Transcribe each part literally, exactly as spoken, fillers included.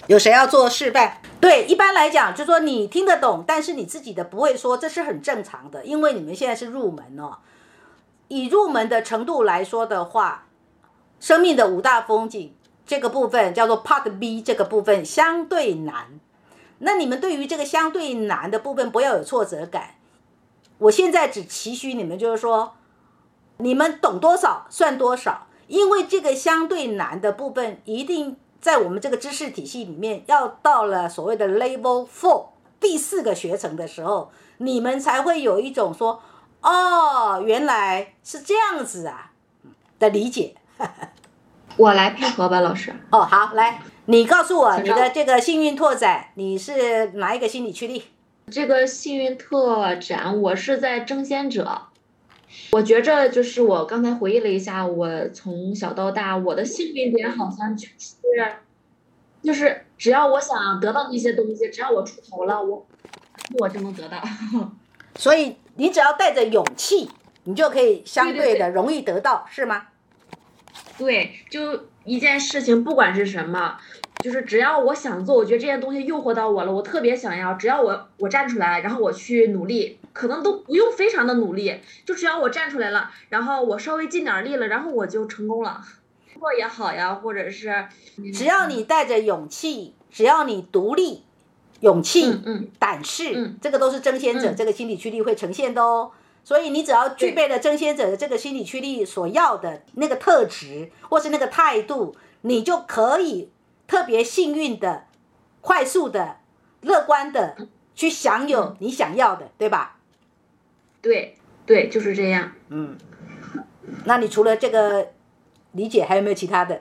有谁要做示范？对，一般来讲，就说你听得懂，但是你自己的不会说，这是很正常的，因为你们现在是入门哦。以入门的程度来说的话，生命的五大风景这个部分叫做 Part B， 这个部分相对难。那你们对于这个相对难的部分不要有挫折感。我现在只期许你们就是说，你们懂多少算多少，因为这个相对难的部分一定在我们这个知识体系里面，要到了所谓的 Level Four 第四个学程的时候，你们才会有一种说，哦，原来是这样子啊的理解。 我来配合吧，老师。 哦，好，来，你告诉我你的这个幸运拓展，你是哪一个心理驱力？ 这个幸运拓展，我是在争先者。我觉着就是我刚才回忆了一下，我从小到大，我的幸运点好像就是，就是只要我想得到那些东西，只要我出头了，我我就能得到。 所以你只要带着勇气，你就可以相对的容易得到， 对对对， 是吗？ 对，就一件事情，不管是什么，就是只要我想做，我觉得这件东西诱惑到我了，我特别想要，只要我我站出来，然后我去努力，可能都不用非常的努力，就只要我站出来了，然后我稍微尽点力了，然后我就成功了，工作也好呀，或者是只要你带着勇气，只要你独立，勇气、 嗯嗯、 胆识、 嗯， 这个都是争先者、 嗯、 这个心理驱力会呈现的哦。所以你只要具备了争先者的这个心理驱力所要的那个特质，或是那个态度，你就可以特别幸运的、快速的、乐观的去享有你想要的，对吧？ 对对，就是这样。 嗯，那你除了这个理解，还有没有其他的？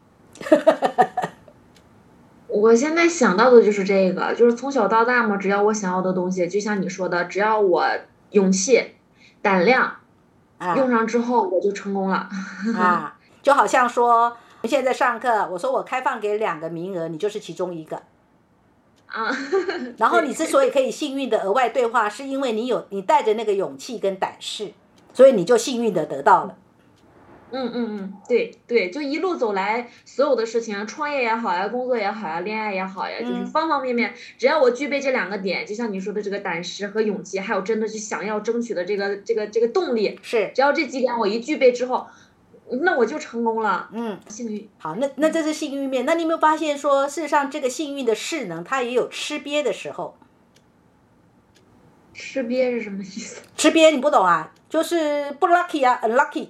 我现在想到的就是这个，就是从小到大嘛，只要我想要的东西，就像你说的，只要我勇气、胆量用上之后，我就成功了。 啊，就好像说现在上课，我说我开放给两个名额，你就是其中一个。 啊， 然后你之所以可以幸运的额外兑换，是因为你有你带着那个勇气跟胆识，所以你就幸运的得到了。 嗯嗯嗯，对对，就一路走来，所有的事情，创业也好呀，工作也好呀，恋爱也好呀，就是方方面面，只要我具备这两个点，就像你说的这个胆识和勇气，还有真的去想要争取的这个这个这个动力， 是， 只要这几点我一具备之后，那我就成功了。 嗯， 幸运。 好，那那这是幸运面。那你有没有发现说，事实上这个幸运的势能，它也有吃瘪的时候。 吃瘪是什么意思？ 吃瘪你不懂啊？就是不 lucky 啊 ，unlucky。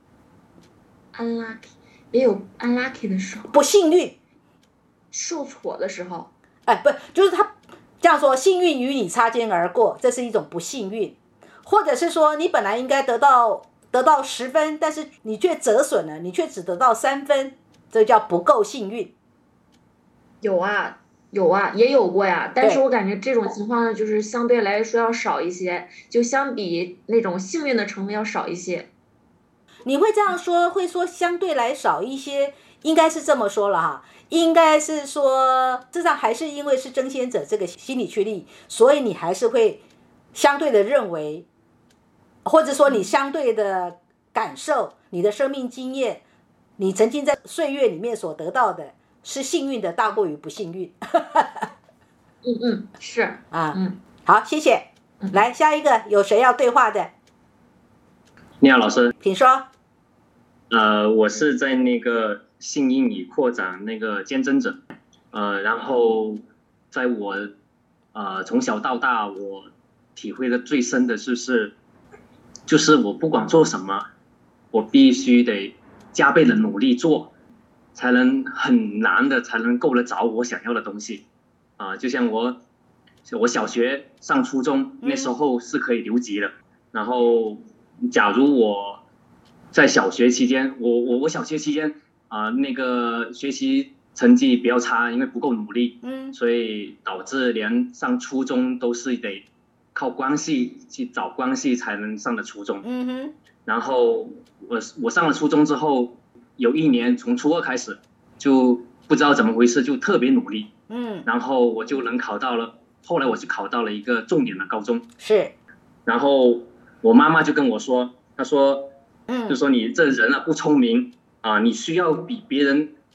unlucky 也有 unlucky 的时候， 不幸运， 受挫的时候。 哎，不，就是他这样说，幸运与你擦肩而过，这是一种不幸运，或者是说你本来应该得到得到十分，但是你却折损了，你却只得到三分，这叫不够幸运。 有啊。有啊，也有过呀，但是我感觉这种情况呢，就是相对来说要少一些，就相比那种幸运的成分要少一些。 你会这样说，会说相对来少一些，应该是这么说了哈，应该是说，至少还是因为是争先者这个心理驱力，所以你还是会相对的认为，或者说你相对的感受，你的生命经验，你曾经在岁月里面所得到的。是幸运的大过于不幸运。 嗯嗯，是啊， 嗯， 好，谢谢。 嗯、 来下一个，有谁要对话的？ 你好，老师， 请说。 呃，我是在那个幸运里扩展那个见证者，呃，然后在我呃从小到大，我体会的最深的就是，就是我不管做什么，我必须得加倍的努力做。才能很难的才能够得着我想要的东西，啊、呃，就像我，我小学上初中那时候是可以留级的，嗯、然后假如我在小学期间，我我我小学期间啊、呃、那个学习成绩比较差，因为不够努力， 嗯， 所以导致连上初中都是得靠关系去找关系才能上的初中， 嗯哼， 然后我我上了初中之后。有一年从初二开始，就不知道怎么回事，就特别努力， 嗯， 然后我就能考到了。后来我就考到了一个重点的高中， 是。 然后我妈妈就跟我说，她说， 嗯， 就说你这人啊不聪明啊，你需要比别人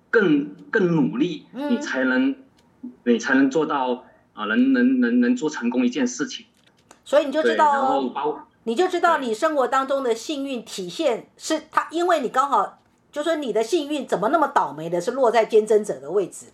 更更努力， 嗯你才能你才能做到啊、呃，能能能能做成功一件事情。 所以你就知道然后哦， 包你就知道你生活当中的幸运体现是它，因为你刚好就说你的幸运怎么那么倒霉的是落在坚贞者的位置。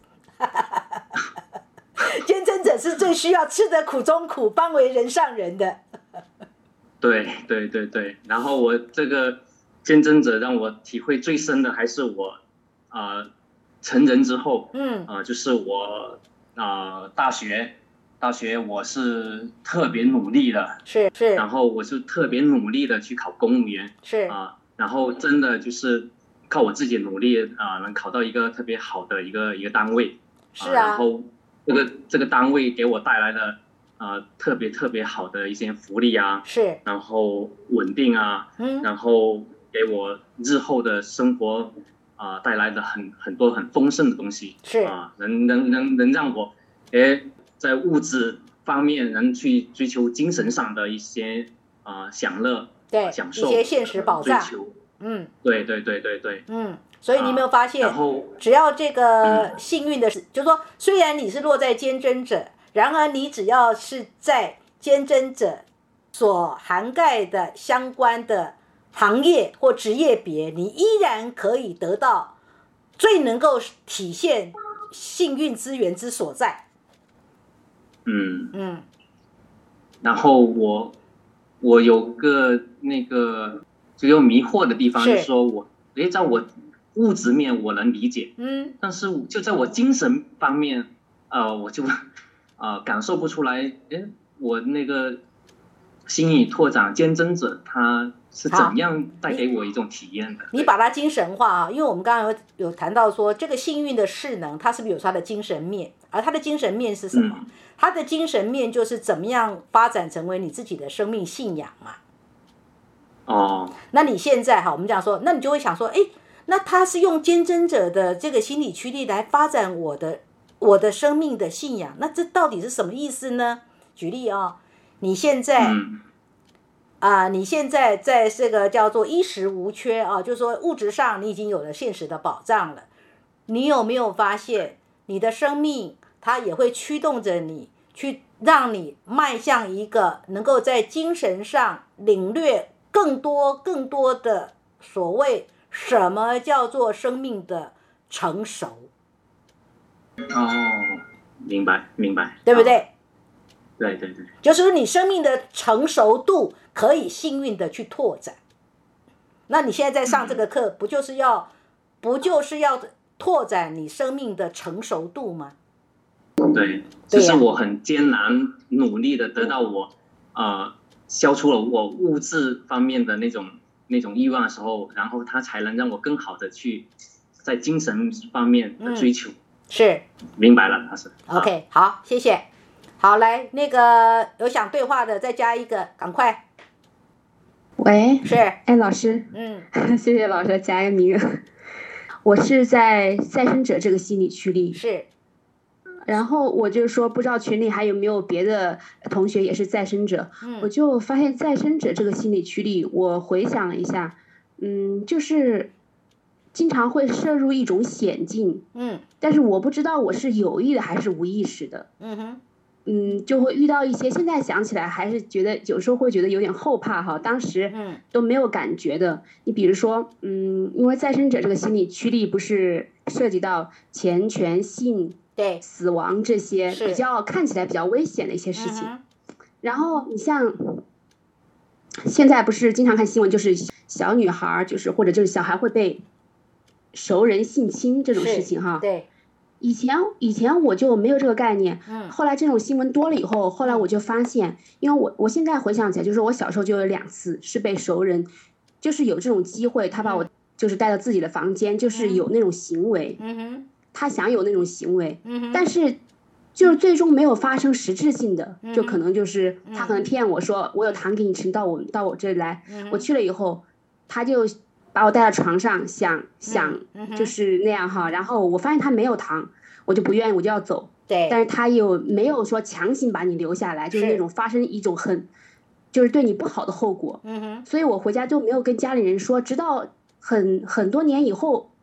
坚贞者是最需要吃得苦中苦，方为人上人的。 对对对对，然后我这个坚贞者让我体会最深的还是我呃成人之后， 嗯， 呃就是我呃大学大学我是特别努力的， 是是， 然后我是特别努力的去考公务员， 是啊、呃，然后真的就是靠我自己努力啊、呃，能考到一个特别好的一个一个单位， 是啊， 呃、然后这个这个单位给我带来了呃特别特别好的一些福利啊， 是， 然后稳定啊， 嗯， 然后给我日后的生活啊、呃、带来的很很多很丰盛的东西， 是啊、呃，能能能能让我诶在物质方面能去追求精神上的一些啊、呃、享乐， 对， 享受一些现实保障， 追求， 嗯， 对对对对对， 嗯。所以你有没有发现， 然后只要这个幸运的事，就是说，虽然你是落在坚贞者，然而你只要是在坚贞者所涵盖的相关的行业或职业别，你依然可以得到最能够体现幸运资源之所在。 嗯嗯， 然后我我有个那个就有迷惑的地方，就是说我诶在我物质面我能理解， 嗯， 但是就在我精神方面，呃，我就呃感受不出来，诶，我那个心理拓展坚贞者他是怎样带给我一种体验的？ 你把它精神化啊，因为我们刚刚有有谈到说，这个幸运的势能，它是不是有它的精神面？而它的精神面是什么？嗯、它的精神面就是怎么样发展成为你自己的生命信仰嘛。 哦， 那你现在哈，我们讲说，那你就会想说，哎。那他是用坚贞者的这个心理驱力来发展我的我的生命的信仰，那这到底是什么意思呢？举例啊、哦，你现在啊、 嗯呃，你现在在这个叫做衣食无缺啊，就是说物质上你已经有了现实的保障了。你有没有发现，你的生命它也会驱动着你，去让你迈向一个能够在精神上领略更多更多的所谓。什么叫做生命的成熟？ 哦，明白明白， 对不对？ 哦、对对对， 就是你生命的成熟度可以幸运的去拓展。那你现在在上这个课，不就是要不就是要拓展你生命的成熟度吗？ 对，这是我很艰难努力的得到我呃消除了我物质方面的那种。那种欲望的时候，然后他才能让我更好的去在精神方面的追求。嗯、 是， 明白了，他是。 OK， 好，谢谢。好，来，那个有想对话的，再加一个，赶快。 喂， 是， 哎，老师， 嗯， 谢谢老师加一个名。我是在再生者这个心理区里。 是。 然后我就说，不知道群里还有没有别的同学也是再生者， 嗯、 我就发现再生者这个心理区里，我回想了一下，嗯，就是经常会摄入一种险境， 嗯， 但是我不知道我是有意的还是无意识的， 嗯哼， 嗯，就会遇到一些，现在想起来还是觉得有时候会觉得有点后怕哈，当时都没有感觉的。你比如说，嗯，因为再生者这个心理驱力不是涉及到钱权性。 对， 死亡这些比较看起来比较危险的一些事情， 嗯、 然后你像现在不是经常看新闻，就是小女孩，就是或者就是小孩会被熟人性侵这种事情哈。 对， 以前以前我就没有这个概念， 嗯， 后来这种新闻多了以后，后来我就发现，因为我我现在回想起来，就是我小时候就有两次是被熟人，就是有这种机会，他把我就是带到自己的房间，就是有那种行为， 嗯哼。 他想有那种行为， 嗯、 但是就是最终没有发生实质性的， 嗯、 就可能就是他可能骗我说我有糖给你吃，到我到我这里来， 嗯、 我去了以后，他就把我带到床上，想想嗯、 就是那样哈，然后我发现他没有糖，我就不愿意，我就要走， 对， 但是他又没有说强行把你留下来，就是那种发生一种很就是对你不好的后果， 嗯、 所以我回家就没有跟家里人说，直到很很多年以后。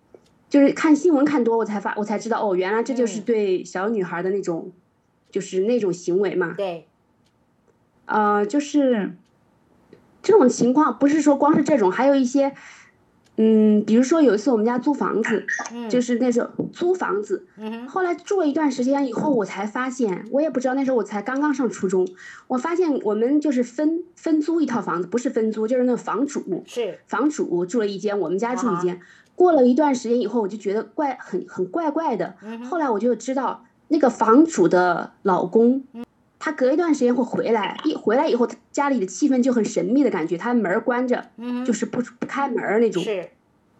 就是看新闻看多，我才发我才知道哦，原来这就是对小女孩的那种，嗯、就是那种行为嘛。 对。 呃，就是这种情况，不是说光是这种，还有一些，嗯，比如说有一次我们家租房子， 嗯、 就是那种租房子， 嗯、 后来住了一段时间以后，我才发现，我也不知道那时候我才刚刚上初中，我发现我们就是分分租一套房子，不是分租，就是那房主是房主住了一间，我们家住一间。过了一段时间以后，我就觉得怪很很怪怪的。后来我就知道那个房主的老公，他隔一段时间会回来，一回来以后，家里的气氛就很神秘的感觉，他门关着，就是不不开门那种。 是。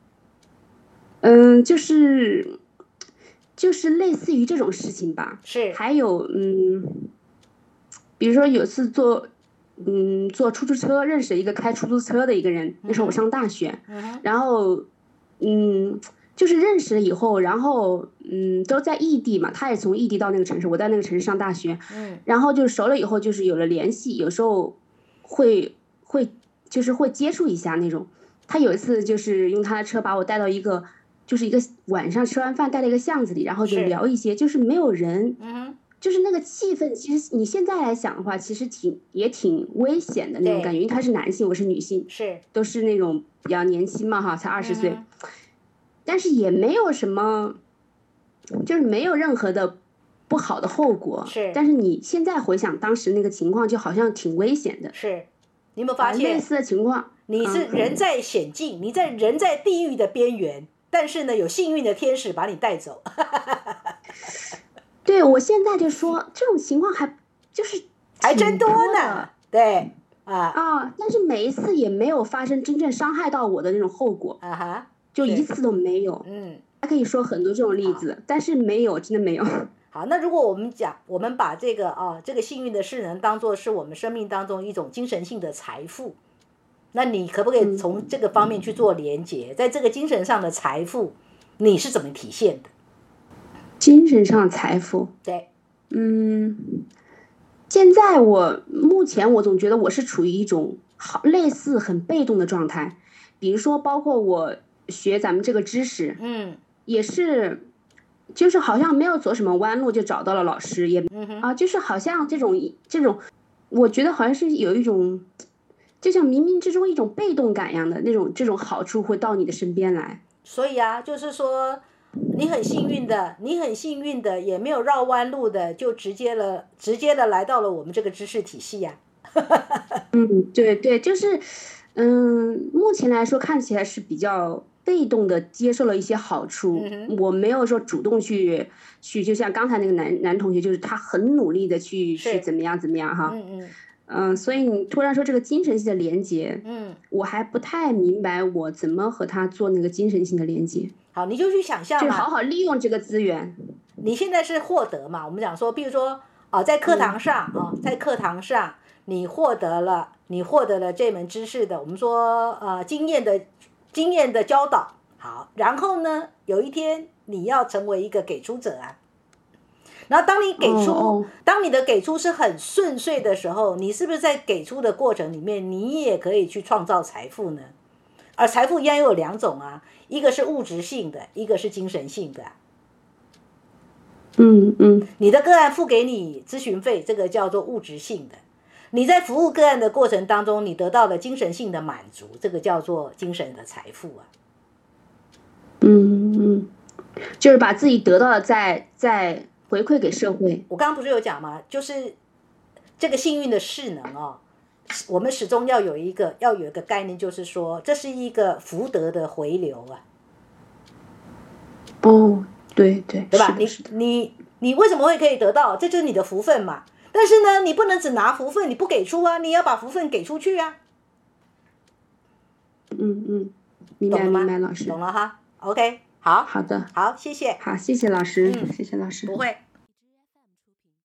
嗯，就是就是类似于这种事情吧。 是。 还有嗯，比如说有次坐嗯坐出租车认识一个开出租车的一个人，那时候我上大学，然后。嗯，就是认识了以后，然后嗯都在异地嘛，他也从异地到那个城市，我在那个城市上大学， 嗯， 然后就熟了以后，就是有了联系，有时候会会就是会接触一下那种。他有一次就是用他的车把我带到一个，就是一个晚上吃完饭带到一个巷子里，然后就聊一些，就是没有人， 嗯， 就是那个气氛，其实你现在来想的话，其实挺也挺危险的那种感觉，因为他是男性，我是女性， 是都是那种比较年轻嘛哈，才二十岁。但是也没有什么，就是没有任何的不好的后果。 是。 但是你现在回想当时那个情况，就好像挺危险的。 是。你有没有发现？ 类似的情况。 你是人在险境，嗯、你在人在地狱的边缘，但是呢，有幸运的天使把你带走。 对，我现在就说这种情况还就是还真多呢。对。啊。 啊，但是每一次也没有发生真正伤害到我的那种后果。 啊哈。 就一次都没有， 嗯， 还可以说很多这种例子，但是没有，真的没有。 好，那如果我们讲，我们把这个啊，这个幸运的势能当作是我们生命当中一种精神性的财富，那你可不可以从这个方面去做连结？嗯、在这个精神上的财富，你是怎么体现的？ 精神上的财富， 对， 嗯，现在我目前我总觉得我是处于一种好类似很被动的状态。比如说，包括我学咱们这个知识， 嗯， 也是，就是好像没有走什么弯路就找到了老师，也、 嗯、 啊，就是好像这种这种，我觉得好像是有一种，就像冥冥之中一种被动感一样的那种，这种好处会到你的身边来。 所以啊，就是说，你很幸运的，你很幸运的，也没有绕弯路的，就直接了，直接的来到了我们这个知识体系呀、 啊。嗯，对对，就是。嗯，目前来说看起来是比较被动的接受了一些好处， 嗯、 我没有说主动去去，就像刚才那个男男同学，就是他很努力的去去怎么样怎么样哈， 嗯嗯嗯，所以你突然说这个精神性的连接， 嗯， 我还不太明白我怎么和他做那个精神性的连接。 好，你就去想象嘛， 就好好利用这个资源。 你现在是获得嘛？我们讲说，比如说啊，在课堂上啊、嗯，在课堂上你获得了。你获得了这门知识的，我们说呃经验的经验的教导，好，然后呢，有一天你要成为一个给出者啊，然后当你给出， 哦、 当你的给出是很顺遂的时候，你是不是在给出的过程里面，你也可以去创造财富呢？而财富一样又有两种啊，一个是物质性的，一个是精神性的。 嗯嗯， 你的个案付给你咨询费，这个叫做物质性的。你在服务个案的过程当中，你得到了精神性的满足，这个叫做精神的财富啊。 嗯嗯，就是把自己得到的再再回馈给社会。 我刚刚不是有讲吗？就是这个幸运的势能哦，我们始终要有一个要有一个概念，就是说这是一个福德的回流啊。 哦，对对， 对吧？你你你为什么会可以得到？这就是你的福分嘛。但是呢，你不能只拿福分，你不给出啊，你要把福分给出去啊。 嗯嗯，明白明白，老师懂了哈。OK， 好， 好的， 好，谢谢， 好，谢谢老师， 嗯、 谢谢老师， 不会。